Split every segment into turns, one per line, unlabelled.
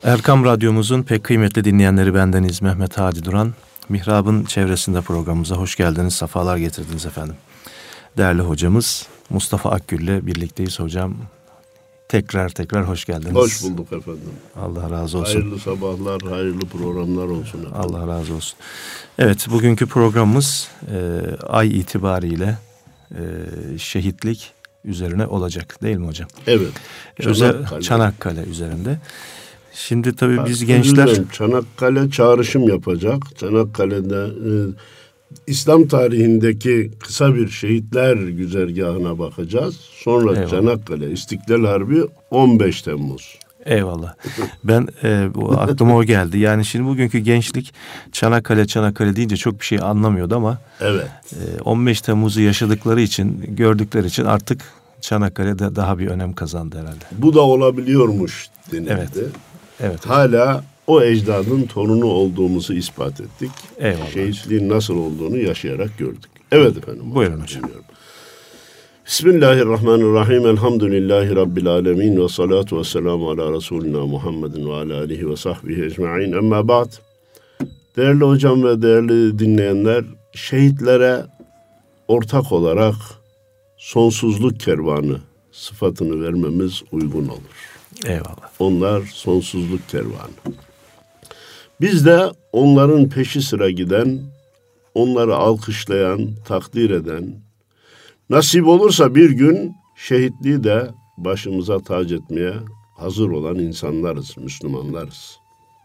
Erkam Radyomuzun pek kıymetli dinleyenleri, bendeniz Mehmet Hadi Duran. Mihrab'ın çevresinde programımıza hoş geldiniz, sefalar getirdiniz efendim. Değerli hocamız Mustafa Akgül'le birlikteyiz hocam. Tekrar hoş geldiniz.
Hoş bulduk efendim.
Allah razı olsun.
Hayırlı sabahlar, hayırlı programlar olsun efendim.
Allah razı olsun. Evet, bugünkü programımız ay itibariyle şehitlik üzerine olacak değil mi hocam?
Evet.
Çanakkale üzerinde. Şimdi tabii biz gençler...
Çanakkale çağrışım yapacak. Çanakkale'de İslam tarihindeki kısa bir şehitler güzergahına bakacağız. Sonra eyvallah. Çanakkale, İstiklal Harbi 15 Temmuz.
Eyvallah. Ben aklıma o geldi. Yani şimdi bugünkü gençlik Çanakkale deyince çok bir şey anlamıyordu ama
evet.
15 Temmuz'u yaşadıkları için, gördükleri için artık Çanakkale'de daha bir önem kazandı herhalde.
Bu da olabiliyormuş denildi.
Evet.
Hala o ecdadın torunu olduğumuzu ispat ettik.
Eyvallah.
Şehitliğin nasıl olduğunu yaşayarak gördük. Evet efendim.
Buyurun hocam.
Bismillahirrahmanirrahim. Elhamdülillahi Rabbil alemin. Ve salatu ve selamu ala Resulina Muhammedin ve ala alihi ve sahbihi ecma'in. Amma ba'd. Değerli hocam ve değerli dinleyenler, şehitlere ortak olarak sonsuzluk kervanı sıfatını vermemiz uygun olur.
Eyvallah.
Onlar sonsuzluk kervanı. Biz de onların peşi sıra giden, onları alkışlayan, takdir eden, nasip olursa bir gün şehitliği de başımıza tac etmeye hazır olan insanlarız, Müslümanlarız.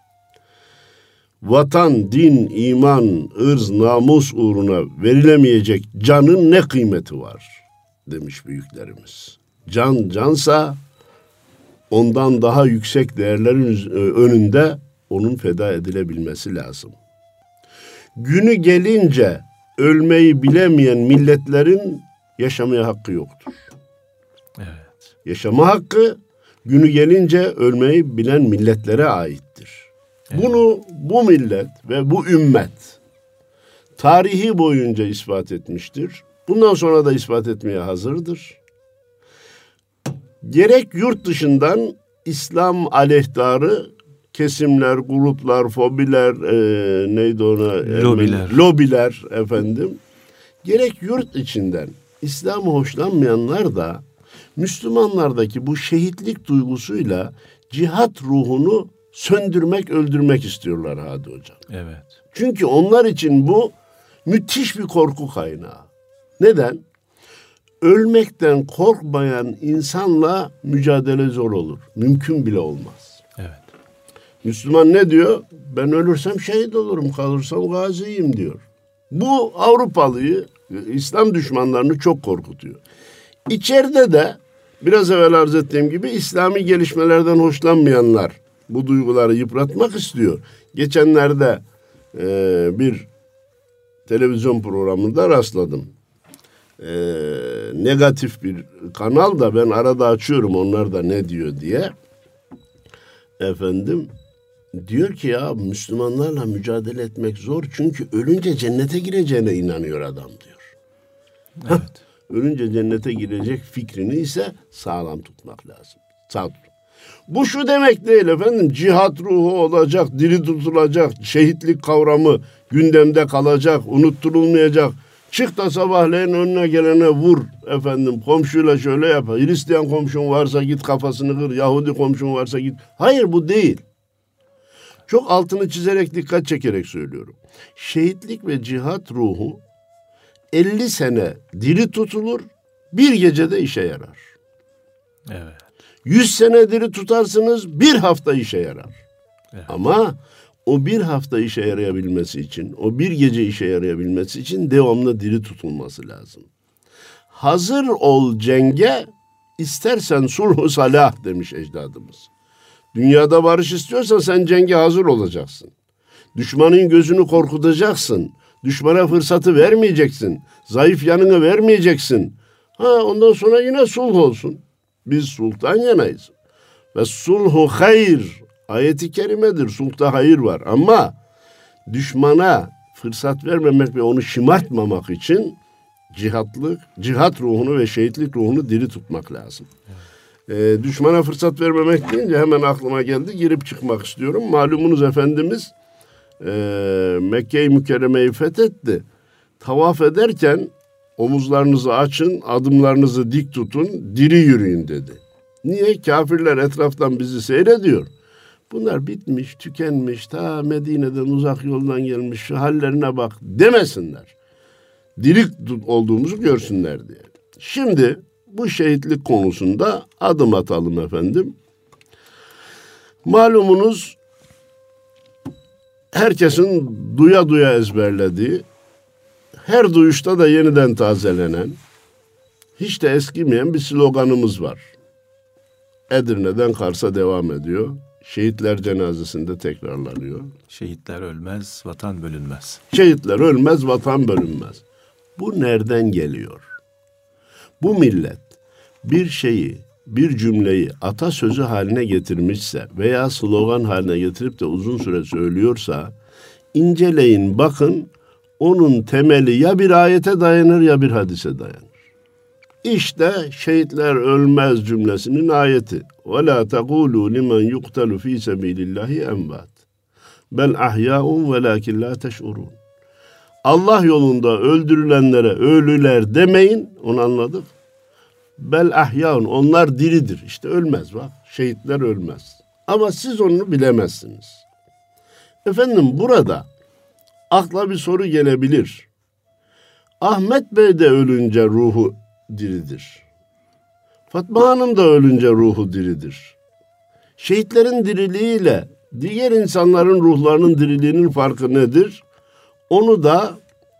Vatan, din, iman, ırz, namus uğruna verilemeyecek canın ne kıymeti var demiş büyüklerimiz. Can cansa ondan daha yüksek değerlerin önünde onun feda edilebilmesi lazım. Günü gelince ölmeyi bilemeyen milletlerin yaşamaya hakkı yoktur.
Evet.
Yaşama hakkı günü gelince ölmeyi bilen milletlere aittir. Evet. Bunu bu millet ve bu ümmet tarihi boyunca ispat etmiştir. Bundan sonra da ispat etmeye hazırdır. Gerek yurt dışından İslam aleyhtarı kesimler, gruplar, fobiler, lobiler efendim. Gerek yurt içinden İslam'ı hoşlanmayanlar da Müslümanlardaki bu şehitlik duygusuyla cihat ruhunu söndürmek, öldürmek istiyorlar Hadi Hocam.
Evet.
Çünkü onlar için bu müthiş bir korku kaynağı. Neden? Ölmekten korkmayan insanla mücadele zor olur. Mümkün bile olmaz.
Evet.
Müslüman ne diyor? Ben ölürsem şehit olurum, kalırsam gaziyim diyor. Bu Avrupalıyı, İslam düşmanlarını çok korkutuyor. İçeride de biraz evvel arz ettiğim gibi İslami gelişmelerden hoşlanmayanlar bu duyguları yıpratmak istiyor. Geçenlerde bir televizyon programında rastladım. Negatif bir kanal da ben arada açıyorum onlar da ne diyor diye. Efendim diyor ki ya Müslümanlarla mücadele etmek zor çünkü ölünce cennete gireceğine inanıyor adam diyor.
Evet.
Ölünce cennete girecek fikrini ise sağlam tutmak lazım. Sağ tut. Bu şu demek değil efendim. Cihat ruhu olacak, diri tutulacak, şehitlik kavramı gündemde kalacak, unutturulmayacak. Çık da sabahleyin önüne gelene vur efendim. Komşuyla şöyle yap. Hristiyan komşun varsa git kafasını kır. Yahudi komşun varsa git. Hayır bu değil. Çok altını çizerek dikkat çekerek söylüyorum. Şehitlik ve cihat ruhu 50 sene diri tutulur, bir gecede işe yarar.
Evet.
100 sene diri tutarsınız, bir hafta işe yarar.
Evet.
Ama o bir hafta işe yarayabilmesi için, o bir gece işe yarayabilmesi için devamlı diri tutulması lazım. Hazır ol cenge, istersen sulhu salah demiş ecdadımız. Dünyada barış istiyorsan sen cenge hazır olacaksın. Düşmanın gözünü korkutacaksın. Düşmana fırsatı vermeyeceksin. Zayıf yanını vermeyeceksin. Ondan sonra yine sulh olsun. Biz sulhtan yanayız. Ve sulhu hayır. Ayeti kerimedir. Sulhta hayır var. Ama düşmana fırsat vermemek ve onu şımartmamak için cihat ruhunu ve şehitlik ruhunu diri tutmak lazım. Evet. Düşmana fırsat vermemek deyince hemen aklıma geldi. Girip çıkmak istiyorum. Malumunuz Efendimiz Mekke-i Mükerreme'yi fethetti. Tavaf ederken omuzlarınızı açın, adımlarınızı dik tutun, diri yürüyün dedi. Niye? Kafirler etraftan bizi seyrediyor. Bunlar bitmiş, tükenmiş, ta Medine'den uzak yoldan gelmiş, şu hallerine bak demesinler. Diri olduğumuzu görsünler diye. Şimdi bu şehitlik konusunda adım atalım efendim. Malumunuz herkesin duya duya ezberlediği, her duyuşta da yeniden tazelenen, hiç de eskimeyen bir sloganımız var. Edirne'den Kars'a devam ediyor. Şehitler cenazesinde tekrarlanıyor.
Şehitler ölmez, vatan bölünmez.
Şehitler ölmez, vatan bölünmez. Bu nereden geliyor? Bu millet bir şeyi, bir cümleyi atasözü haline getirmişse veya slogan haline getirip de uzun süre söylüyorsa, inceleyin, bakın, onun temeli ya bir ayete dayanır ya bir hadise dayanır. İşte şehitler ölmez cümlesinin ayeti. وَلَا تَقُولُوا لِمَنْ يُقْتَلُ ف۪ي سَب۪يلِ اللّٰهِ اَنْبَاتٍ بَلْ اَحْيَاءٌ وَلَاكِنْ لَا تَشْعُرُونَ. Allah yolunda öldürülenlere ölüler demeyin, onu anladık. Bel ahyaun, onlar diridir. İşte ölmez bak, şehitler ölmez. Ama siz onu bilemezsiniz. Efendim burada akla bir soru gelebilir. Ahmet Bey de ölünce ruhu diridir. Fatma Hanım da ölünce ruhu diridir. Şehitlerin diriliğiyle diğer insanların ruhlarının diriliğinin farkı nedir? Onu da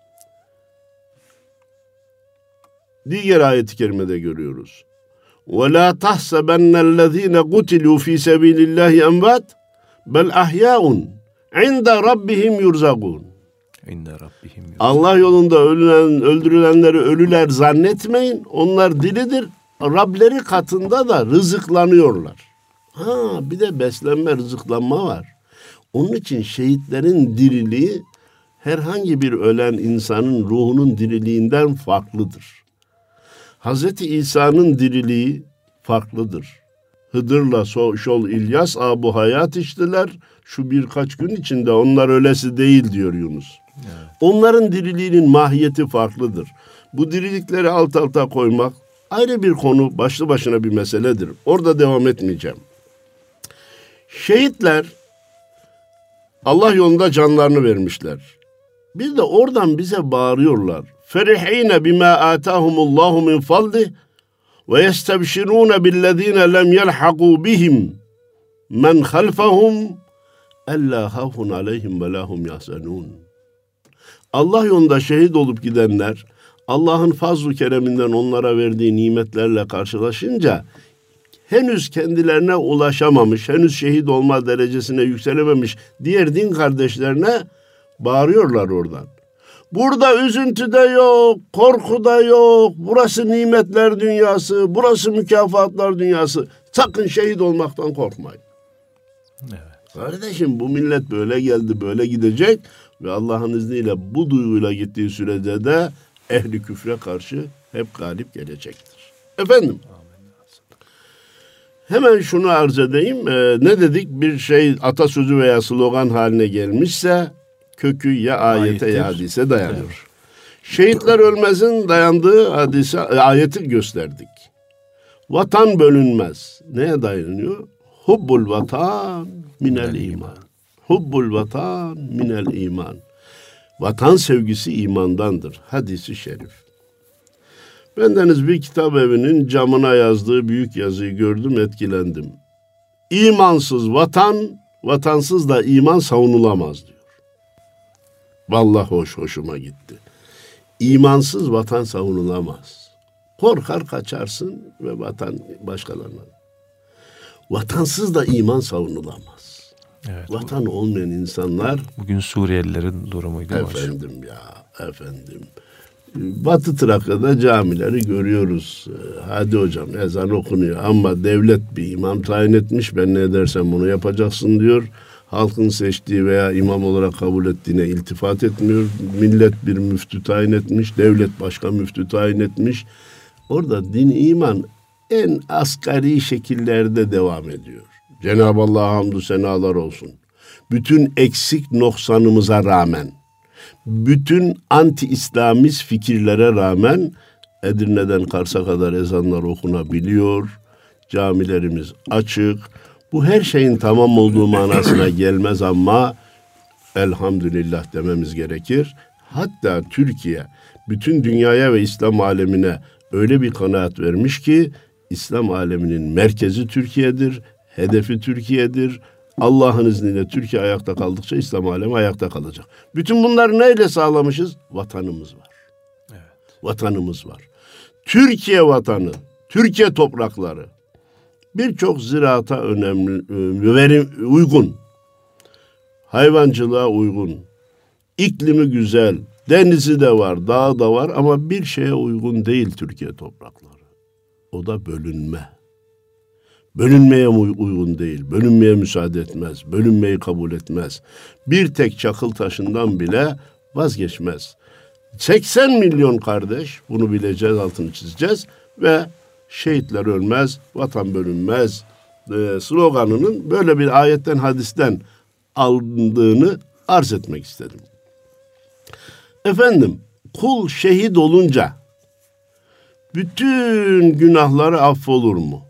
diğer ayet-i kerimede görüyoruz. وَلَا تَحْسَبَنَّ الَّذ۪ينَ قُتِلُوا ف۪ي سَب۪يلِ اللّٰهِ اَنْبَاتٍ بَلْ اَحْيَاءٌ عِنْدَ رَبِّهِمْ يُرْزَقُونَ. Allah yolunda öldürülenleri ölüler zannetmeyin. Onlar diridir. Rableri katında da rızıklanıyorlar. Bir de beslenme, rızıklanma var. Onun için şehitlerin diriliği herhangi bir ölen insanın ruhunun diriliğinden farklıdır. Hazreti İsa'nın diriliği farklıdır. Hıdır'la Şol İlyas bu hayat içtiler. Şu birkaç gün içinde onlar ölesi değil diyor Yunus. Evet. Onların diriliğinin mahiyeti farklıdır. Bu dirilikleri alt alta koymak ayrı bir konu, başlı başına bir meseledir. Orada devam etmeyeceğim. Şehitler Allah yolunda canlarını vermişler. Bir de oradan bize bağırıyorlar. Ferihine bima atahumullahu min fadlih ve yestebşirun billezine lem yelhaku bihim men halfahum ella havfun aleyhim ve lahum yahzanun. Allah yolunda şehit olup gidenler Allah'ın fazl-ı kereminden onlara verdiği nimetlerle karşılaşınca henüz kendilerine ulaşamamış, henüz şehit olma derecesine yükselememiş diğer din kardeşlerine bağırıyorlar oradan. Burada üzüntü de yok, korku da yok. Burası nimetler dünyası, burası mükafatlar dünyası. Sakın şehit olmaktan korkmayın. Evet. Kardeşim bu millet böyle geldi, böyle gidecek ve Allah'ın izniyle bu duyguyla gittiği sürece de ehli küfre karşı hep galip gelecektir. Efendim, hemen şunu arz edeyim. Ne dedik? Bir şey atasözü veya slogan haline gelmişse kökü ya ayete ya hadise dayanıyor. Evet. Şehitler ölmezin dayandığı hadise, ayeti gösterdik. Vatan bölünmez. Neye dayanıyor? Hubbul vatan minel iman. Hubbul vatan minel iman. Vatan sevgisi imandandır. Hadisi şerif. Bendeniz bir kitap evinin camına yazdığı büyük yazıyı gördüm, etkilendim. İmansız vatan, vatansız da iman savunulamaz diyor. Vallahi hoşuma gitti. İmansız vatan savunulamaz. Korkar kaçarsın ve vatan başkalarına. Vatansız da iman savunulamaz. Evet, vatan olmayan insanlar...
Bugün Suriyelilerin durumuydu.
Efendim Batı Trakya'da camileri görüyoruz. Hadi hocam ezan okunuyor ama devlet bir imam tayin etmiş. Ben ne dersem bunu yapacaksın diyor. Halkın seçtiği veya imam olarak kabul ettiğine iltifat etmiyor. Millet bir müftü tayin etmiş. Devlet başka müftü tayin etmiş. Orada din iman en asgari şekillerde devam ediyor. Cenab-ı Allah'a hamdü senalar olsun. Bütün eksik noksanımıza rağmen, bütün anti-İslamist fikirlere rağmen Edirne'den Kars'a kadar ezanlar okunabiliyor. Camilerimiz açık. Bu her şeyin tamam olduğu manasına gelmez ama elhamdülillah dememiz gerekir. Hatta Türkiye bütün dünyaya ve İslam alemine öyle bir kanaat vermiş ki İslam aleminin merkezi Türkiye'dir, hedefi Türkiye'dir. Allah'ın izniyle Türkiye ayakta kaldıkça İslam alemi ayakta kalacak. Bütün bunları neyle sağlamışız? Vatanımız var.
Evet.
Vatanımız var. Türkiye vatanı, Türkiye toprakları birçok ziraata önemli, uygun. Hayvancılığa uygun. İklimi güzel, denizi de var, dağı da var ama bir şeye uygun değil Türkiye toprakları. O da bölünme. Bölünmeye uygun değil, bölünmeye müsaade etmez, bölünmeyi kabul etmez. Bir tek çakıl taşından bile vazgeçmez. 80 milyon kardeş, bunu bileceğiz, altını çizeceğiz ve şehitler ölmez, vatan bölünmez sloganının böyle bir ayetten, hadisten alındığını arz etmek istedim. Efendim, kul şehit olunca bütün günahları affolur mu?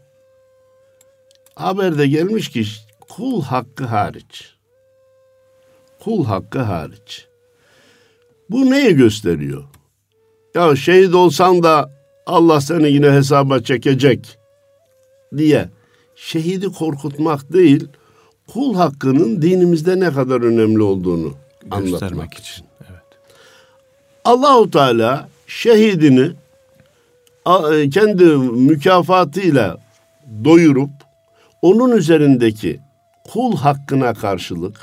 Haberde gelmiş ki kul hakkı hariç. Kul hakkı hariç. Bu neyi gösteriyor? Ya şehit olsan da Allah seni yine hesaba çekecek diye şehidi korkutmak değil, kul hakkının dinimizde ne kadar önemli olduğunu anlatmak için.
Evet.
Allahu Teala şehidini kendi mükafatıyla doyurup onun üzerindeki kul hakkına karşılık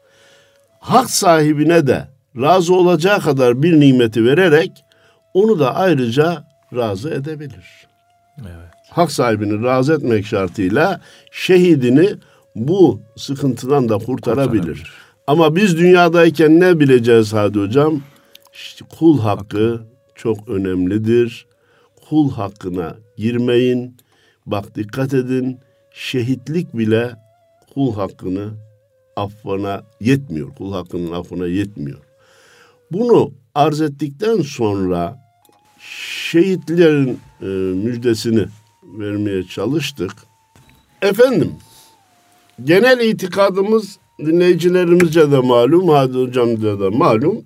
hak sahibine de razı olacağı kadar bir nimeti vererek onu da ayrıca razı edebilir.
Evet.
Hak sahibini razı etmek şartıyla şehidini bu sıkıntıdan da kurtarabilir. Ama biz dünyadayken ne bileceğiz Hadi Hocam? İşte kul hakkı çok önemlidir. Kul hakkına girmeyin. Bak dikkat edin. Şehitlik bile kul hakkını affına yetmiyor. Kul hakkının affına yetmiyor. Bunu arz ettikten sonra şehitlerin müjdesini vermeye çalıştık. Efendim, genel itikadımız dinleyicilerimizce de malum, Hadi Hocam'da da malum.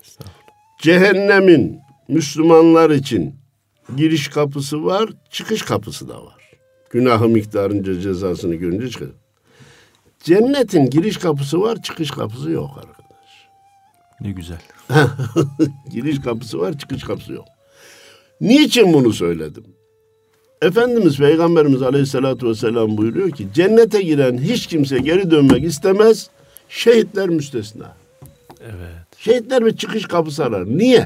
Cehennemin Müslümanlar için giriş kapısı var, çıkış kapısı da var. Günahı miktarınca cezasını görünce çıkar. Cennetin giriş kapısı var, çıkış kapısı yok arkadaş.
Ne güzel.
Giriş kapısı var, çıkış kapısı yok. Niçin bunu söyledim? Efendimiz Peygamberimiz Aleyhisselatü Vesselam buyuruyor ki cennete giren hiç kimse geri dönmek istemez. Şehitler müstesna.
Evet.
Şehitler bir çıkış kapısı arar. Niye?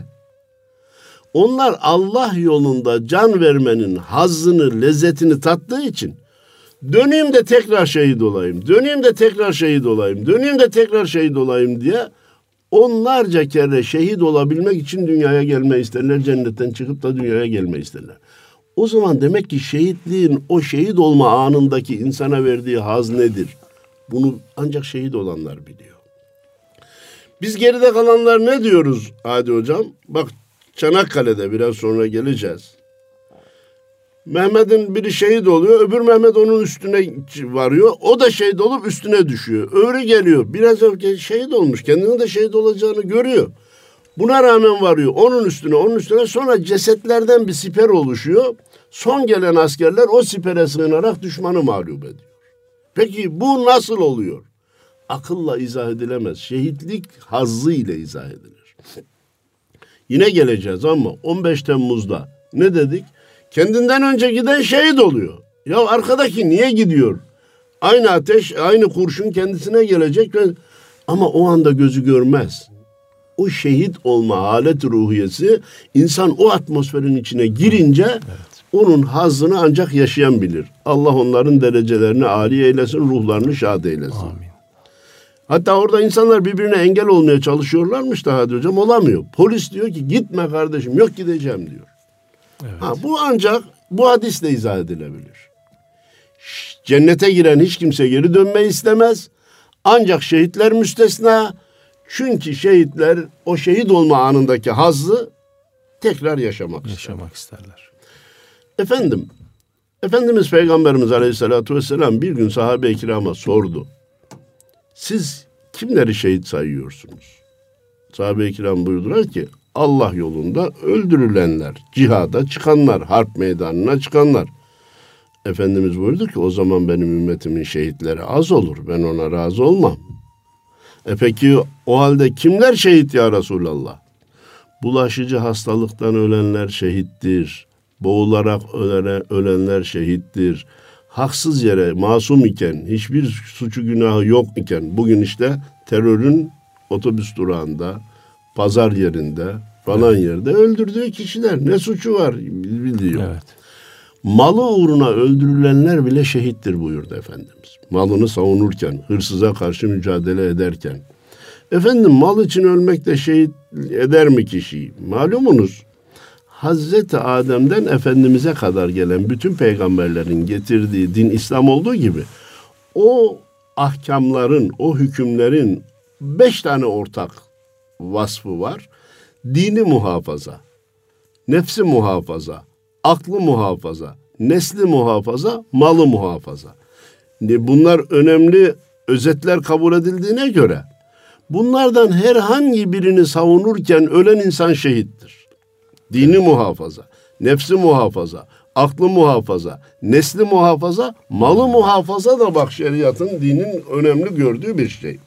Onlar Allah yolunda can vermenin hazzını, lezzetini tattığı için döneyim de tekrar şehit olayım, döneyim de tekrar şehit olayım, döneyim de tekrar şehit olayım diye onlarca kere şehit olabilmek için dünyaya gelme isterler. Cennetten çıkıp da dünyaya gelme isterler. O zaman demek ki şehitliğin o şehit olma anındaki insana verdiği haz nedir? Bunu ancak şehit olanlar biliyor. Biz geride kalanlar ne diyoruz Hadi Hocam? Bak Çanakkale'de biraz sonra geleceğiz. Mehmet'in biri şehit oluyor, öbür Mehmet onun üstüne varıyor. O da şehit olup üstüne düşüyor. Öbürü geliyor, biraz önce şehit olmuş, kendinin de şehit olacağını görüyor. Buna rağmen varıyor, onun üstüne, sonra cesetlerden bir siper oluşuyor. Son gelen askerler o sipere sığınarak düşmanı mağlup ediyor. Peki bu nasıl oluyor? Akılla izah edilemez. Şehitlik hazzı ile izah edilir. Yine geleceğiz ama 15 Temmuz'da ne dedik? Kendinden önce giden şehit oluyor. Ya arkadaki niye gidiyor? Aynı ateş, aynı kurşun kendisine gelecek ama o anda gözü görmez. O şehit olma halet ruhiyesi insan o atmosferin içine girince onun hazzını ancak yaşayan bilir. Allah onların derecelerini âli eylesin, ruhlarını şad eylesin.
Amin.
Hatta orada insanlar birbirine engel olmaya çalışıyorlarmış da Hadi Hocam olamıyor. Polis diyor ki gitme kardeşim, yok gideceğim diyor.
Evet.
Bu ancak bu hadisle izah edilebilir. Cennete giren hiç kimse geri dönmeyi istemez. Ancak şehitler müstesna. Çünkü şehitler o şehit olma anındaki hazzı tekrar yaşamak
isterler.
Efendimiz Peygamberimiz Aleyhisselatü Vesselam bir gün sahabe-i kirama sordu. Siz kimleri şehit sayıyorsunuz? Sahabe-i kiram buyurdular ki Allah yolunda öldürülenler, cihada çıkanlar, harp meydanına çıkanlar. Efendimiz buyurdu ki o zaman benim ümmetimin şehitleri az olur. Ben ona razı olmam. Peki o halde kimler şehit ya Resulallah? Bulaşıcı hastalıktan ölenler şehittir. Boğularak ölenler şehittir. Haksız yere masum iken, hiçbir suçu günahı yok iken, bugün işte terörün otobüs durağında, pazar yerinde falan yerde öldürdüğü kişiler. Ne suçu var biliyor.
Evet.
Malı uğruna öldürülenler bile şehittir buyurdu Efendimiz. Malını savunurken, hırsıza karşı mücadele ederken. Efendim mal için ölmek de şehit eder mi kişiyi? Malumunuz Hazreti Adem'den Efendimiz'e kadar gelen bütün peygamberlerin getirdiği din İslam olduğu gibi o ahkamların, o hükümlerin 5 tane ortak vasfı var. Dini muhafaza, nefsi muhafaza, aklı muhafaza, nesli muhafaza, malı muhafaza. Bunlar önemli özetler kabul edildiğine göre bunlardan herhangi birini savunurken ölen insan şehittir. Dini muhafaza, nefsi muhafaza, aklı muhafaza, nesli muhafaza, malı muhafaza da bak şeriatın, dinin önemli gördüğü bir şey.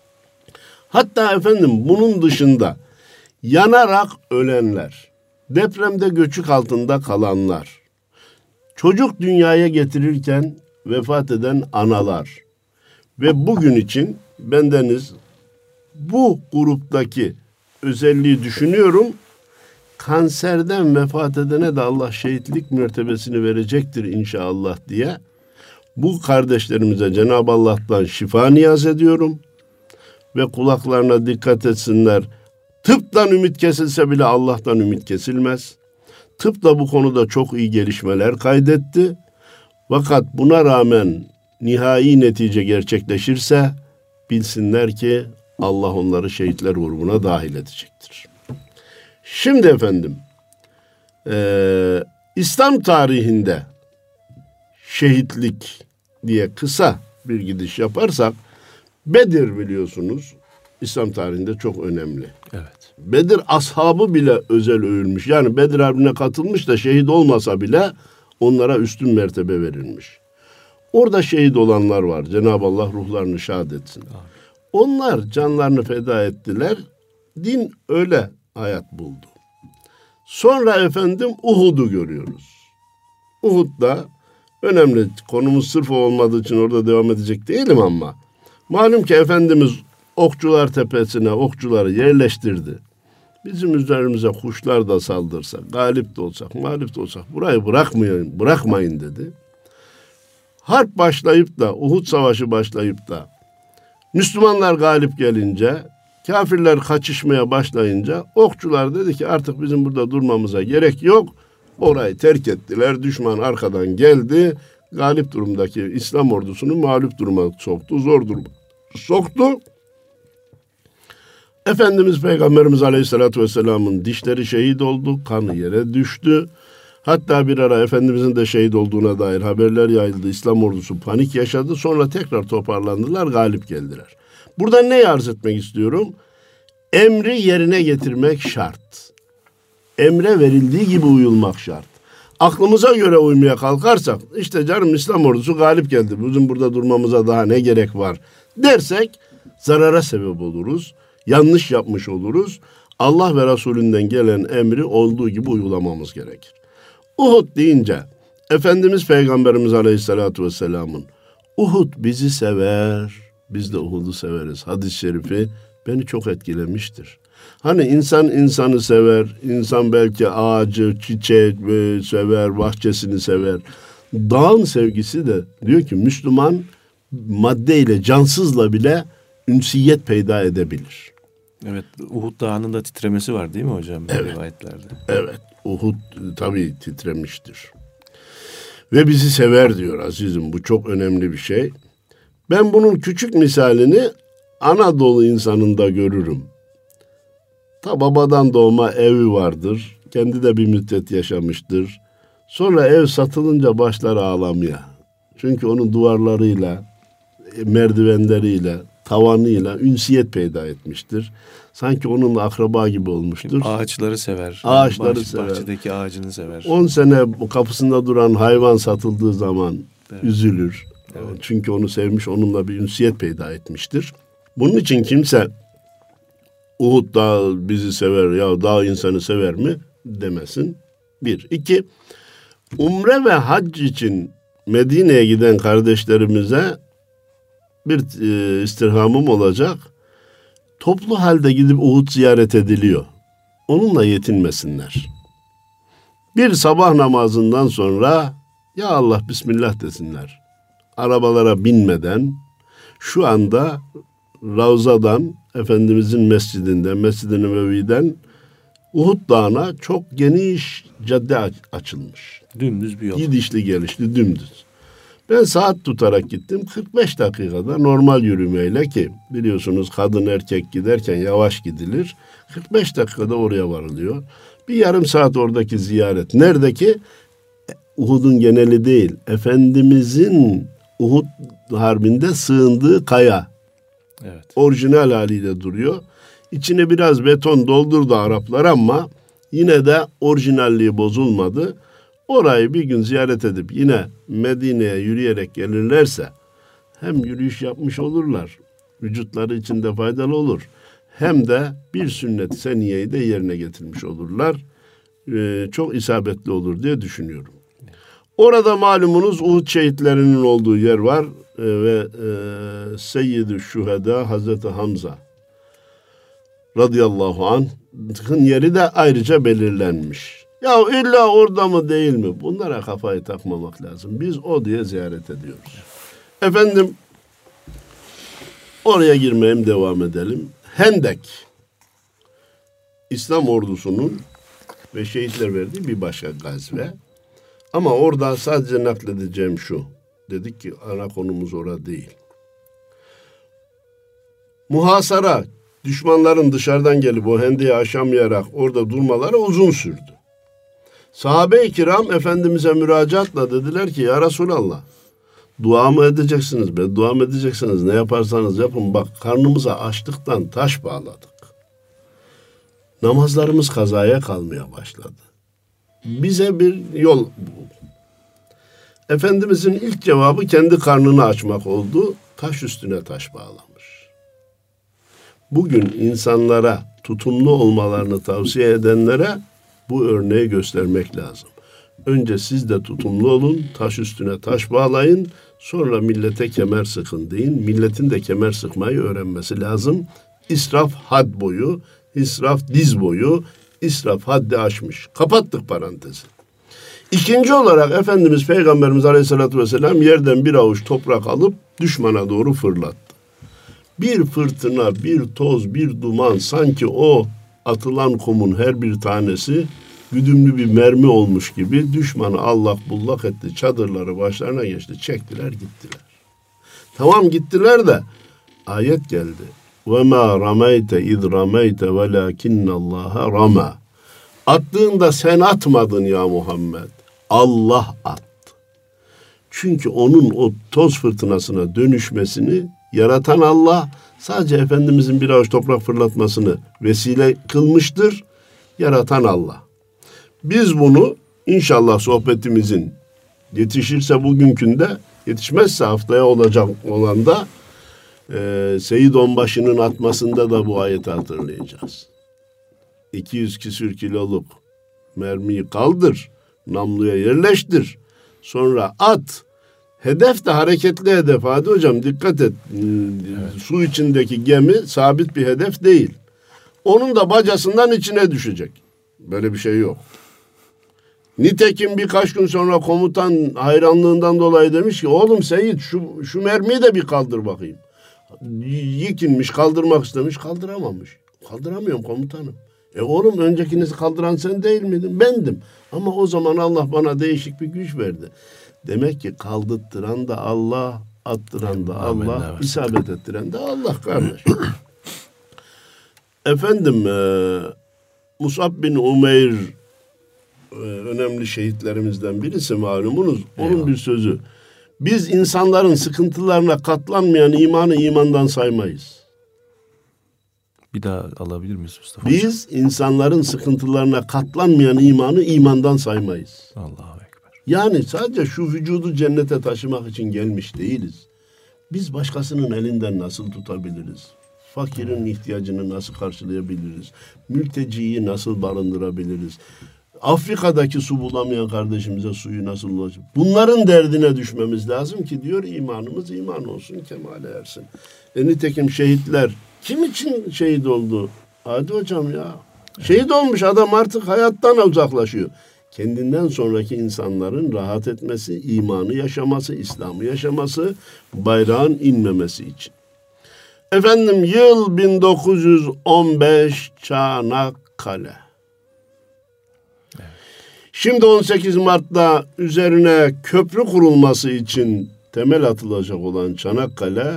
Hatta efendim bunun dışında yanarak ölenler, depremde göçük altında kalanlar, çocuk dünyaya getirirken vefat eden analar ve bugün için bendeniz bu gruptaki özelliği düşünüyorum. Kanserden vefat edene de Allah şehitlik mertebesini verecektir inşallah diye bu kardeşlerimize Cenab-ı Allah'tan şifa niyaz ediyorum ve kulaklarına dikkat etsinler. Tıptan ümit kesilse bile Allah'tan ümit kesilmez. Tıp da bu konuda çok iyi gelişmeler kaydetti. Fakat buna rağmen nihai netice gerçekleşirse bilsinler ki Allah onları şehitler grubuna dahil edecektir. Şimdi efendim, İslam tarihinde şehitlik diye kısa bir gidiş yaparsak, Bedir biliyorsunuz İslam tarihinde çok önemli.
Evet.
Bedir ashabı bile özel övülmüş. Yani Bedir Harbi'ne katılmış da şehit olmasa bile onlara üstün mertebe verilmiş. Orada şehit olanlar var. Cenab-ı Allah ruhlarını şad etsin. Amin. Onlar canlarını feda ettiler. Din öyle hayat buldu. Sonra efendim Uhud'u görüyoruz. Uhud'da önemli, konumuz sırf olmadığı için orada devam edecek değilim ama malum ki Efendimiz Okçular Tepesi'ne okçuları yerleştirdi. Bizim üzerimize kuşlar da saldırsa, galip de olsak, mağlup da olsak burayı bırakmayın dedi. Harp başlayıp da, Uhud Savaşı başlayıp da Müslümanlar galip gelince, kafirler kaçışmaya başlayınca okçular dedi ki artık bizim burada durmamıza gerek yok. Orayı terk ettiler. Düşman arkadan geldi. Galip durumdaki İslam ordusunu mağlup duruma soktu. Zor duruma soktu. Efendimiz Peygamberimiz Aleyhisselatü Vesselam'ın dişleri şehit oldu. Kanı yere düştü. Hatta bir ara Efendimizin de şehit olduğuna dair haberler yayıldı. İslam ordusu panik yaşadı. Sonra tekrar toparlandılar, galip geldiler. Burada ne arz etmek istiyorum? Emri yerine getirmek şart. Emre verildiği gibi uyulmak şart. Aklımıza göre uymaya kalkarsak, işte canım İslam ordusu galip geldi, bizim burada durmamıza daha ne gerek var dersek zarara sebep oluruz. Yanlış yapmış oluruz. Allah ve Resulünden gelen emri olduğu gibi uygulamamız gerekir. Uhud deyince Efendimiz Peygamberimiz Aleyhisselatü Vesselam'ın Uhud bizi sever, biz de Uhud'u severiz hadis-i şerifi beni çok etkilemiştir. Hani insan insanı sever, insan belki ağacı, çiçeği sever, bahçesini sever. Dağın sevgisi de diyor ki Müslüman maddeyle, cansızla bile ünsiyet peyda edebilir.
Evet, Uhud Dağı'nın da titremesi var değil mi hocam?
Evet.
Rivayetlerde.
Evet, Uhud tabii titremiştir. Ve bizi sever diyor azizim. Bu çok önemli bir şey. Ben bunun küçük misalini Anadolu insanında görürüm. Ta babadan doğma evi vardır. Kendi de bir müddet yaşamıştır. Sonra ev satılınca başlar ağlamaya. Çünkü onun duvarlarıyla, merdivenleriyle, tavanıyla ünsiyet peyda etmiştir. Sanki onunla akraba gibi olmuştur.
Ağaçları sever.
Ağaçları sever.
Bahçedeki ağacını sever.
10 sene bu kapısında duran hayvan satıldığı zaman üzülür.
Evet.
Çünkü onu sevmiş, onunla bir ünsiyet peyda etmiştir. Bunun için kimse Uhud Dağı bizi sever, ya dağ insanı sever mi demesin. Bir. İki, umre ve hac için Medine'ye giden kardeşlerimize bir istirhamım olacak. Toplu halde gidip Uhud ziyaret ediliyor. Onunla yetinmesinler. Bir sabah namazından sonra ya Allah Bismillah desinler. Arabalara binmeden şu anda Ravza'dan, Efendimizin mescidinden, Mescid-i Nebevi'den Uhud Dağı'na çok geniş cadde açılmış.
Dümdüz bir yol.
Gidişli gelişli dümdüz. Ben saat tutarak gittim. 45 dakikada normal yürümeyle, ki biliyorsunuz kadın erkek giderken yavaş gidilir. 45 dakikada oraya varılıyor. Bir yarım saat oradaki ziyaret. Neredeki? Uhud'un geneli değil. Efendimizin Uhud Harbi'nde sığındığı kaya.
Evet.
Orijinal haliyle duruyor. İçine biraz beton doldurdu Araplar ama yine de orijinalliği bozulmadı. Orayı bir gün ziyaret edip yine Medine'ye yürüyerek gelirlerse hem yürüyüş yapmış olurlar, vücutları için de faydalı olur. Hem de bir sünnet-i seniyeyi de yerine getirmiş olurlar. Çok isabetli olur diye düşünüyorum. Orada malumunuz Uhud şehitlerinin olduğu yer var ve Seyyid-i Şüheda Hazreti Hamza radıyallahu anh'ın yeri de ayrıca belirlenmiş. Ya illa orada mı değil mi? Bunlara kafayı takmamak lazım. Biz o diye ziyaret ediyoruz. Efendim, oraya girmeye devam edelim. Hendek, İslam ordusunun ve şehitler verdiği bir başka gazve. Ama orada sadece nakledeceğim şu. Dedik ki ana konumuz orada değil. Muhasara, düşmanların dışarıdan gelip o hendeyi aşamayarak orada durmaları uzun sürdü. Sahabe-i kiram Efendimiz'e müracaatla dediler ki ya Resulallah, dua mı edeceksiniz, beddua mı edeceksiniz, ne yaparsanız yapın, bak karnımıza açlıktan taş bağladık. Namazlarımız kazaya kalmaya başladı. Bize bir yol bul. Efendimizin ilk cevabı kendi karnını açmak oldu. Taş üstüne taş bağlamış. Bugün insanlara tutumlu olmalarını tavsiye edenlere bu örneği göstermek lazım. Önce siz de tutumlu olun, taş üstüne taş bağlayın, sonra millete kemer sıkın deyin. Milletin de kemer sıkmayı öğrenmesi lazım. İsraf had boyu, israf diz boyu, israf haddi aşmış. Kapattık parantezi. İkinci olarak Efendimiz Peygamberimiz Aleyhisselatü Vesselam yerden bir avuç toprak alıp düşmana doğru fırlattı. Bir fırtına, bir toz, bir duman, sanki o atılan kumun her bir tanesi güdümlü bir mermi olmuş gibi düşmanı allak bullak etti. Çadırları başlarına geçti. Çektiler gittiler. Tamam gittiler de ayet geldi. وَمَا رَمَيْتَ اِذْ رَمَيْتَ وَلَاكِنَّ اللّٰهَ رَمَى. Attığında sen atmadın ya Muhammed. Allah attı. Çünkü onun o toz fırtınasına dönüşmesini yaratan Allah, sadece Efendimizin bir avuç toprak fırlatmasını vesile kılmıştır. Yaratan Allah. Biz bunu inşallah sohbetimizin yetişirse bugünkünde, yetişmezse haftaya olacak olan da Seyyid Onbaşı'nın atmasında da bu ayeti hatırlayacağız. 200 küsür kiloluk mermiyi kaldır, namluya yerleştir, sonra at. Hedef de hareketli hedef. Hadi hocam dikkat et. Evet. Su içindeki gemi sabit bir hedef değil. Onun da bacasından içine düşecek. Böyle bir şey yok. Nitekim birkaç gün sonra komutan hayranlığından dolayı demiş ki oğlum Seyit şu mermiyi de bir kaldır bakayım. Yikinmiş, kaldırmak istemiş, kaldıramamış. Kaldıramıyorum komutanım. Oğlum öncekinizi kaldıran sen değil miydin? Bendim. Ama o zaman Allah bana değişik bir güç verdi. Demek ki kaldırttıran da Allah, attıran da Allah, isabet ettiren de Allah kardeş. Efendim Musab bin Umeyr önemli şehitlerimizden birisi malumunuz. Onun bir sözü. Biz insanların sıkıntılarına katlanmayan imanı imandan saymayız.
Bir daha alabilir miyiz Mustafa Hocam?
Biz insanların sıkıntılarına katlanmayan imanı imandan saymayız.
Allahu Ekber.
Yani sadece şu vücudu cennete taşımak için gelmiş değiliz. Biz başkasının elinden nasıl tutabiliriz? Fakirin ihtiyacını nasıl karşılayabiliriz? Mülteciyi nasıl barındırabiliriz? Afrika'daki su bulamayan kardeşimize suyu nasıl ulaşır? Bunların derdine düşmemiz lazım ki diyor imanımız iman olsun, kemale ersin. Nitekim şehitler kim için şehit oldu? Hadi hocam ya. Şehit olmuş adam artık hayattan uzaklaşıyor. Kendinden sonraki insanların rahat etmesi, imanı yaşaması, İslam'ı yaşaması, bayrağın inmemesi için. Efendim yıl 1915 Çanakkale. Şimdi 18 Mart'ta üzerine köprü kurulması için temel atılacak olan Çanakkale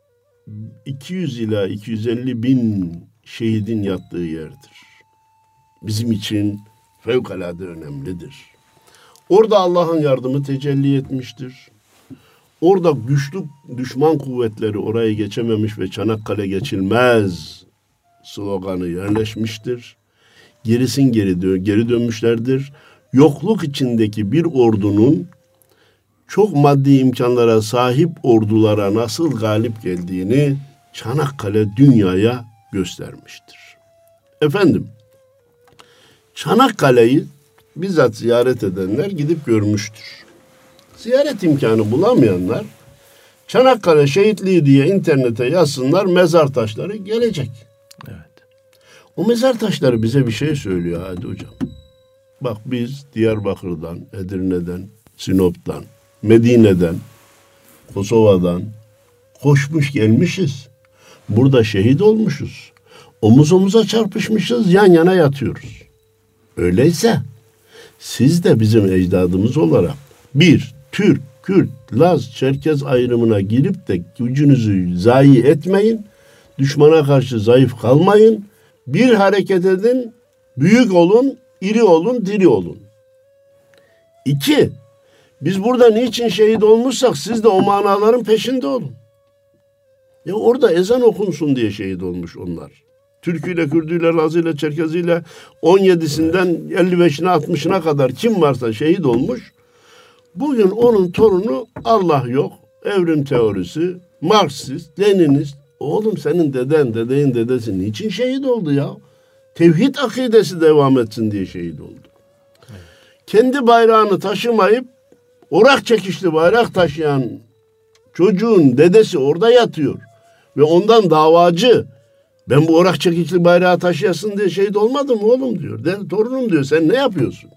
200 ila 250 bin şehidin yattığı yerdir. Bizim için fevkalade önemlidir. Orada Allah'ın yardımı tecelli etmiştir. Orada güçlü düşman kuvvetleri orayı geçememiş ve Çanakkale geçilmez sloganı yerleşmiştir. Gerisin geri dönmüşlerdir. Yokluk içindeki bir ordunun çok maddi imkanlara sahip ordulara nasıl galip geldiğini Çanakkale dünyaya göstermiştir. Efendim, Çanakkale'yi bizzat ziyaret edenler gidip görmüştür. Ziyaret imkanı bulamayanlar Çanakkale şehitliği diye internete yazsınlar, mezar taşları gelecek.
Evet.
O mezar taşları bize bir şey söylüyor hadi hocam. Bak biz Diyarbakır'dan, Edirne'den, Sinop'tan, Medine'den, Kosova'dan koşmuş gelmişiz. Burada şehit olmuşuz. Omuz omuza çarpışmışız, yan yana yatıyoruz. Öyleyse siz de bizim ecdadımız olarak bir Türk, Kürt, Laz, Çerkez ayrımına girip de gücünüzü zayi etmeyin. Düşmana karşı zayıf kalmayın. Bir hareket edin, büyük olun, iri olun, diri olun. 2. Biz burada niçin şehit olmuşsak siz de o manaların peşinde olun. Ya orada ezan okunsun diye şehit olmuş onlar. Türküyle, Kürdüyle, Lazıyla, Çerkeziyle 17'sinden 55'ine 60'ına kadar kim varsa şehit olmuş. Bugün onun torunu Allah yok, evrim teorisi, Marksist, Leninist. Oğlum senin dedeğin dedesi niçin şehit oldu ya? Tevhid akidesi devam etsin diye şehit oldu. Evet. Kendi bayrağını taşımayıp orak çekişli bayrak taşıyan çocuğun dedesi orada yatıyor. Ve ondan davacı. Ben bu orak çekişli bayrağı taşıyasın diye şehit olmadım oğlum diyor. Torunum diyor sen ne yapıyorsun?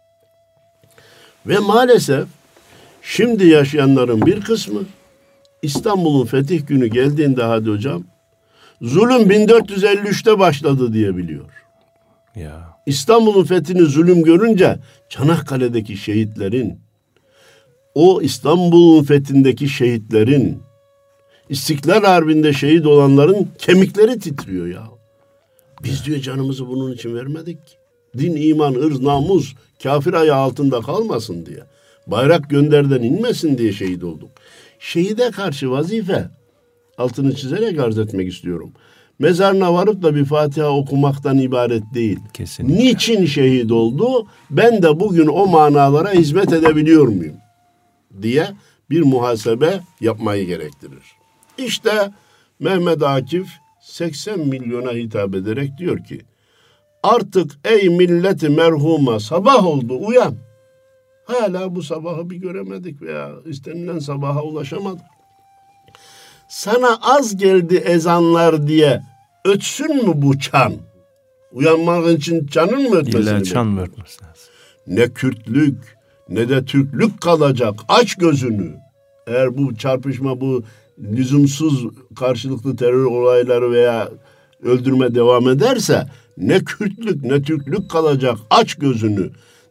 Ve maalesef şimdi yaşayanların bir kısmı İstanbul'un fetih günü geldiğinde hadi hocam zulüm 1453'te başladı diye biliyor.
Ya.
İstanbul'un fethini zulüm görünce Çanakkale'deki şehitlerin, o İstanbul'un fethindeki şehitlerin, İstiklal Harbi'nde şehit olanların kemikleri titriyor ya. Biz diyor canımızı bunun için vermedik. Din, iman, ırz, namus kafir ayağı altında kalmasın diye. Bayrak gönderden inmesin diye şehit olduk. Şehide karşı vazife, altını çizerek arz etmek istiyorum. Mezarına varıp da bir Fatiha okumaktan ibaret değil.
Kesinlikle.
Niçin şehit oldu? Ben de bugün o manalara hizmet edebiliyor muyum? Diye bir muhasebe yapmayı gerektirir. İşte Mehmet Akif 80 milyona hitap ederek diyor ki artık ey milleti merhuma sabah oldu uyan. Hala bu sabahı bir göremedik veya istenilen sabaha ulaşamadık. Sana az geldi ezanlar diye ötsün mü bu çan? Uyanmak için çanın mı ötmesini
İlla çan mı ötmesi lazım?
Ne Kürtlük ne de Türklük kalacak. Aç gözünü. Eğer bu çarpışma, bu lüzumsuz karşılıklı terör olayları veya öldürme devam ederse ne Kürtlük ne Türklük kalacak. Aç gözünü.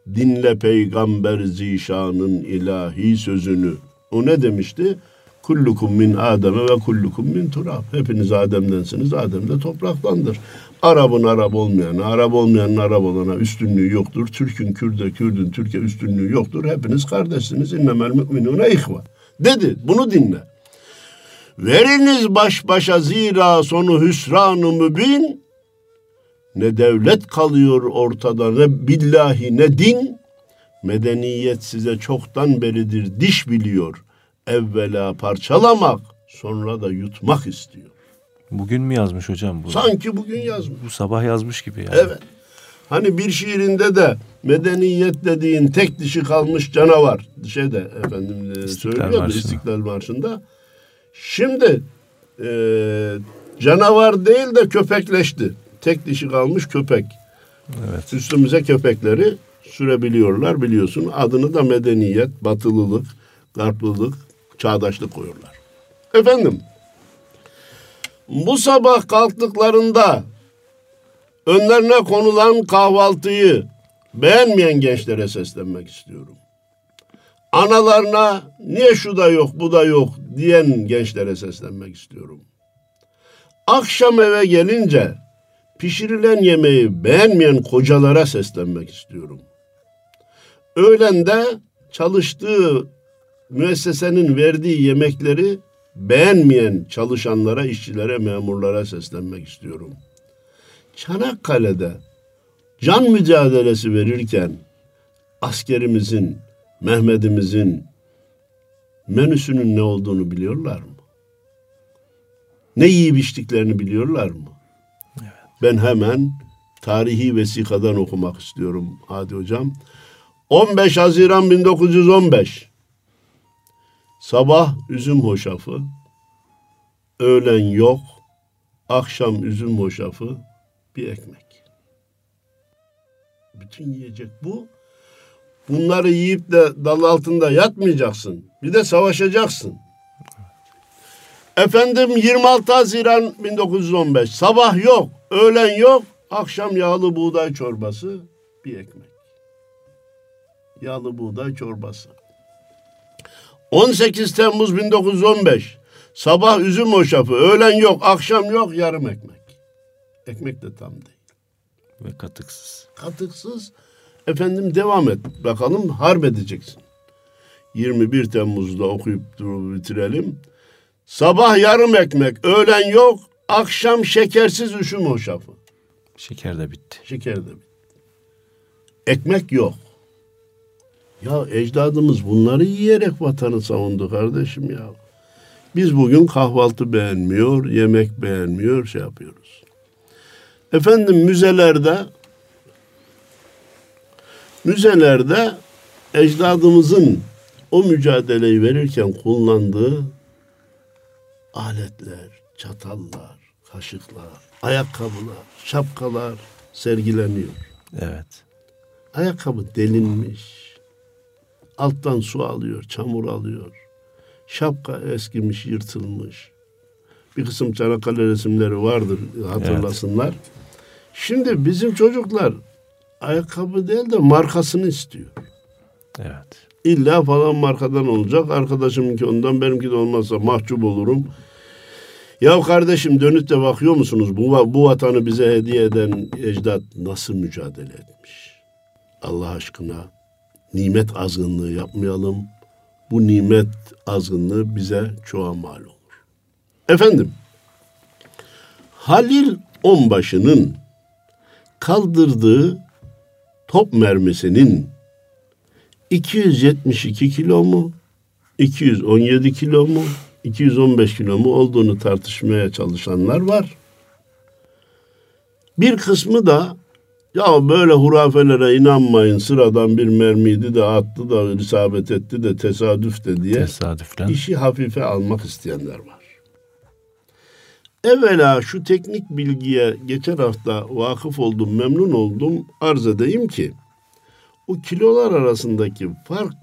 dinle peygamber zişanın ilahi sözünü. O ne demişti? Kullukum min Adem'e ve kullukum min turab. Hepiniz Adem'densiniz, Adem de topraktandır. Arap'ın Arap olmayana, Arap olmayanın Arap olana üstünlüğü yoktur. Türk'ün Kürt'e, Kürt'ün Türk'e üstünlüğü yoktur. Hepiniz kardeşsiniz. İnnemel müminune ihva. Dedi. Bunu dinle. Veriniz baş başa zira sonu hüsran-ı mübin. Ne devlet kalıyor ortada, ne billahi ne din. Medeniyet size çoktan beridir diş biliyor. Evvela parçalamak, sonra da yutmak istiyor.
Bugün mü yazmış hocam bu?
Sanki bugün yazmış.
Bu sabah yazmış gibi yani.
Evet. Hani bir şiirinde de medeniyet dediğin tek dişi kalmış canavar. Söylüyordu İstiklal Marşı'nda. Şimdi canavar değil de köpekleşti. Tek dişi kalmış köpek.
Evet.
Üstümüze köpekleri sürebiliyorlar biliyorsun. Adını da medeniyet, batılılık, garplılık, çağdaşlık koyuyorlar. Efendim, bu sabah kalktıklarında önlerine konulan kahvaltıyı beğenmeyen gençlere seslenmek istiyorum. Analarına niye şu da yok, bu da yok diyen gençlere seslenmek istiyorum. Akşam eve gelince pişirilen yemeği beğenmeyen kocalara seslenmek istiyorum. Öğlende çalıştığı müessesenin verdiği yemekleri beğenmeyen çalışanlara, işçilere, memurlara seslenmek istiyorum. Çanakkale'de can mücadelesi verirken askerimizin, Mehmet'imizin menüsünün ne olduğunu biliyorlar mı? Ne yiyip içtiklerini biliyorlar mı? Evet. Ben hemen tarihi vesikadan okumak istiyorum Hadi Hocam. 15 Haziran 1915. Sabah üzüm hoşafı, öğlen yok, akşam üzüm hoşafı, bir ekmek. Bütün yiyecek bu. Bunları yiyip de dal altında yatmayacaksın. Bir de savaşacaksın. Efendim 26 Haziran 1915. Sabah yok, öğlen yok, akşam yağlı buğday çorbası, bir ekmek. Yağlı buğday çorbası. 18 Temmuz 1915. Sabah üzüm hoşafı, öğlen yok, akşam yok, yarım ekmek. Ekmek de tam değil.
Ve katıksız.
Katıksız. Efendim devam et. Bakalım harp edeceksin. 21 Temmuz'da okuyup bitirelim. Sabah yarım ekmek, öğlen yok, akşam şekersiz üzüm hoşafı.
Şeker de bitti.
Şeker de bitti. Ekmek yok. Ya ecdadımız bunları yiyerek vatanı savundu kardeşim ya. Biz bugün kahvaltı beğenmiyor, yemek beğenmiyor, şey yapıyoruz. Efendim müzelerde ecdadımızın o mücadeleyi verirken kullandığı aletler, çatallar, kaşıklar, ayakkabılar, şapkalar sergileniyor.
Evet.
Ayakkabı delinmiş. Alttan su alıyor, çamur alıyor. Şapka eskimiş, yırtılmış. Bir kısım Çanakkale resimleri vardır, hatırlasınlar. Evet. Şimdi bizim çocuklar ayakkabı değil de markasını istiyor.
Evet.
İlla falan markadan olacak. Arkadaşımınki ondan, benimki de olmazsa mahcup olurum. Ya kardeşim dönüp de bakıyor musunuz? Bu vatanı bize hediye eden ecdat nasıl mücadele etmiş? Allah aşkına nimet azgınlığı yapmayalım. Bu nimet azgınlığı bize çoğa mal olur. Efendim, Halil Onbaşı'nın kaldırdığı top mermisinin 272 kilo mu, 217 kilo mu, 215 kilo mu olduğunu tartışmaya çalışanlar var. Bir kısmı da ya böyle hurafelere inanmayın, sıradan bir mermiydi de attı da isabet etti de tesadüf de diye işi hafife almak isteyenler var. Evvela şu teknik bilgiye geçen hafta vakıf oldum, memnun oldum. Arz edeyim ki o kilolar arasındaki fark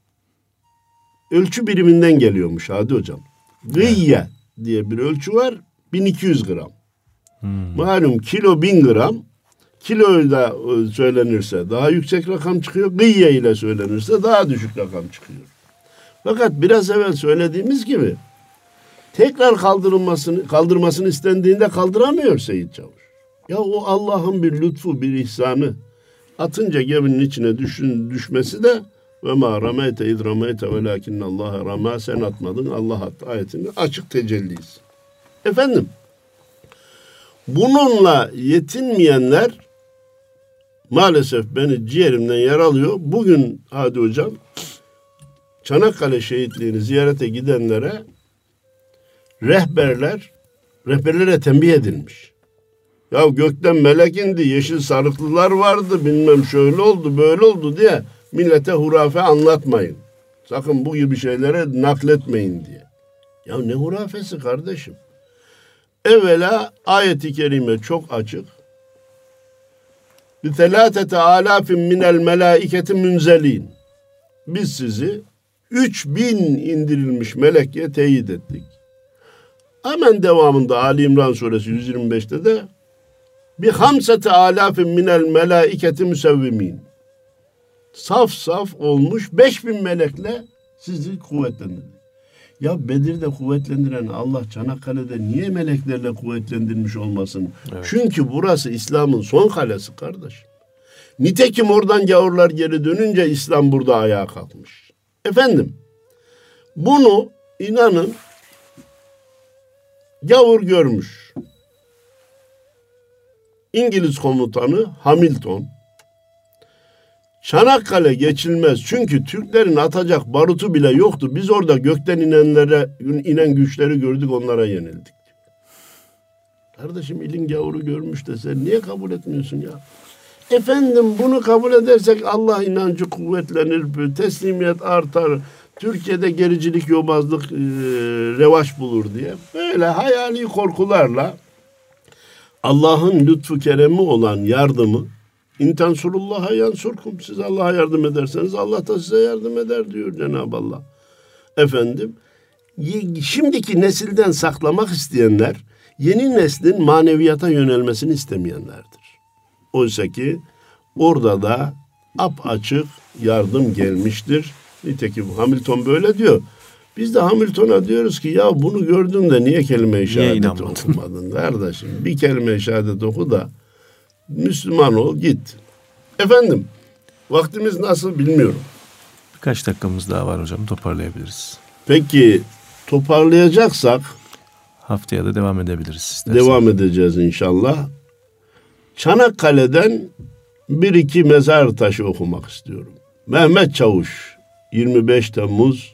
ölçü biriminden geliyormuş Hadi Hocam. Gıyye diye bir ölçü var, 1200 gram. Malum kilo 1000 gram, kiloyla söylenirse daha yüksek rakam çıkıyor. Gıyye ile söylenirse daha düşük rakam çıkıyor. Fakat biraz evvel söylediğimiz gibi tekrar kaldırmasını istendiğinde kaldıramıyor Seyyid Çavuş. Ya o Allah'ın bir lütfu, bir ihsanı. Atınca geminin içine düşmesi de ve ma rameyte iz rameyte velakinnallaha rama, sen atmadın Allah attı ayetinin açık tecellisi. Efendim, bununla yetinmeyenler maalesef beni ciğerimden yaralıyor. Bugün Hadi Hocam, Çanakkale şehitliğini ziyarete gidenlere rehberlere tembih edilmiş. Ya gökten melek indi, yeşil sarıklılar vardı, bilmem şöyle oldu, böyle oldu diye millete hurafe anlatmayın. Sakın bu gibi şeylere nakletmeyin diye. Ya ne hurafesi kardeşim? Evvela ayet-i kerime çok açık. بِثَلَاثَةَ آلَافٍ مِنَ الْمَلَائِكَةِ مُنْزَلِينَ. Biz sizi 3000 indirilmiş melekle teyit ettik. Hemen devamında Ali İmran suresi 125'te de بِخَمْسَةَ آلَافٍ مِنَ الْمَلَائِكَةِ مُسَوِّمِينَ. Saf saf olmuş 5000 melekle sizi kuvvetlendirdik. Ya Bedir'de kuvvetlendiren Allah Çanakkale'de niye meleklerle kuvvetlendirmiş olmasın? Evet. Çünkü burası İslam'ın son kalesi kardeş. Nitekim oradan gavurlar geri dönünce İslam burada ayağa kalkmış. Efendim, bunu inanın gavur görmüş. İngiliz komutanı Hamilton, Çanakkale geçilmez çünkü Türklerin atacak barutu bile yoktu. Biz orada gökten inen güçleri gördük, onlara yenildik. Kardeşim, ilin gavuru görmüş de sen niye kabul etmiyorsun ya? Efendim, bunu kabul edersek Allah inancı kuvvetlenir, teslimiyet artar, Türkiye'de gericilik, yobazlık revaç bulur diye. Böyle hayali korkularla Allah'ın lütfu keremi olan yardımı, İn tensurullaha yansurkum. Siz Allah'a yardım ederseniz Allah da size yardım eder diyor Cenab-ı Allah. Efendim, şimdiki nesilden saklamak isteyenler yeni neslin maneviyata yönelmesini istemeyenlerdir. Oysa ki orada da apaçık yardım gelmiştir. Nitekim Hamilton böyle diyor. Biz de Hamilton'a diyoruz ki ya bunu gördün de niye kelime-i şehadet okumadın kardeşim? Bir kelime-i şehadet oku da Müslüman ol, git. Efendim, vaktimiz nasıl bilmiyorum.
Birkaç dakikamız daha var hocam, toparlayabiliriz.
Peki, toparlayacaksak
haftaya da devam edebiliriz istersen.
Devam edeceğiz inşallah. Çanakkale'den bir iki mezar taşı okumak istiyorum. Mehmet Çavuş, 25 Temmuz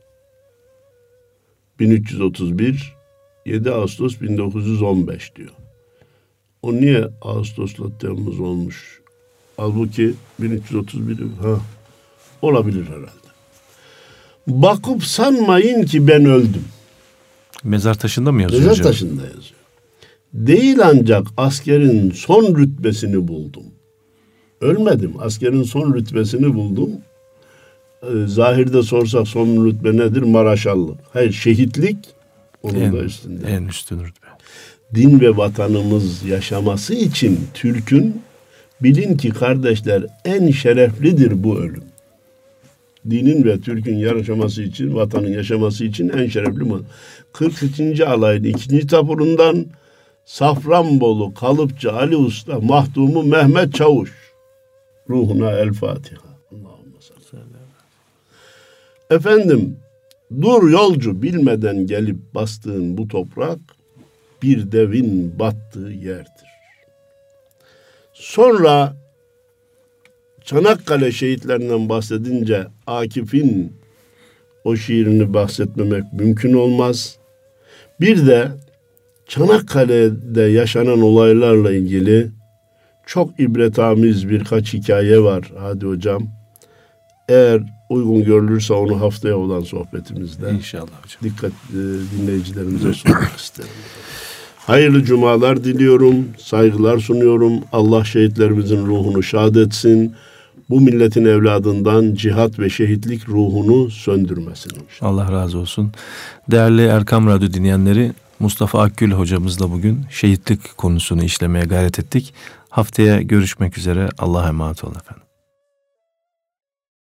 1331, 7 Ağustos 1915 diyor. O niye Ağustos'la Temmuz olmuş? Halbuki 1331 olabilir herhalde. Bakıp sanmayın ki ben öldüm.
Mezar taşında mı yazıyor
Mezar
hocam?
taşında yazıyor. Değil ancak askerin son rütbesini buldum. Ölmedim. Askerin son rütbesini buldum. Zahirde sorsak son rütbe nedir? Maraşallık. Hayır, şehitlik onun da üstünde.
En üstün rütbe.
Din ve vatanımız yaşaması için Türk'ün, bilin ki kardeşler, en şereflidir bu ölüm. Dinin ve Türk'ün yaşaması için, vatanın yaşaması için en şerefli bu. 42. Alay'ın 2. taburundan Safranbolu Kalıpçı Ali Usta mahdumu Mehmet Çavuş. Ruhuna el Fatiha. Allahümme salli. Efendim, dur yolcu, bilmeden gelip bastığın bu toprak bir devin battığı yerdir. Sonra Çanakkale şehitlerinden bahsedince Akif'in o şiirini bahsetmemek mümkün olmaz. Bir de Çanakkale'de yaşanan olaylarla ilgili çok ibretamiz birkaç hikaye var Hadi Hocam. Eğer uygun görülürse onu haftaya olan sohbetimizde
İnşallah hocam.
Dikkat dinleyicilerimize sunmak isterim. Hayırlı cumalar diliyorum, saygılar sunuyorum. Allah şehitlerimizin ruhunu şad etsin. Bu milletin evladından cihat ve şehitlik ruhunu söndürmesin inşallah.
Allah razı olsun. Değerli Erkam Radyo dinleyenleri, Mustafa Akgül hocamızla bugün şehitlik konusunu işlemeye gayret ettik. Haftaya görüşmek üzere. Allah'a emanet olun efendim.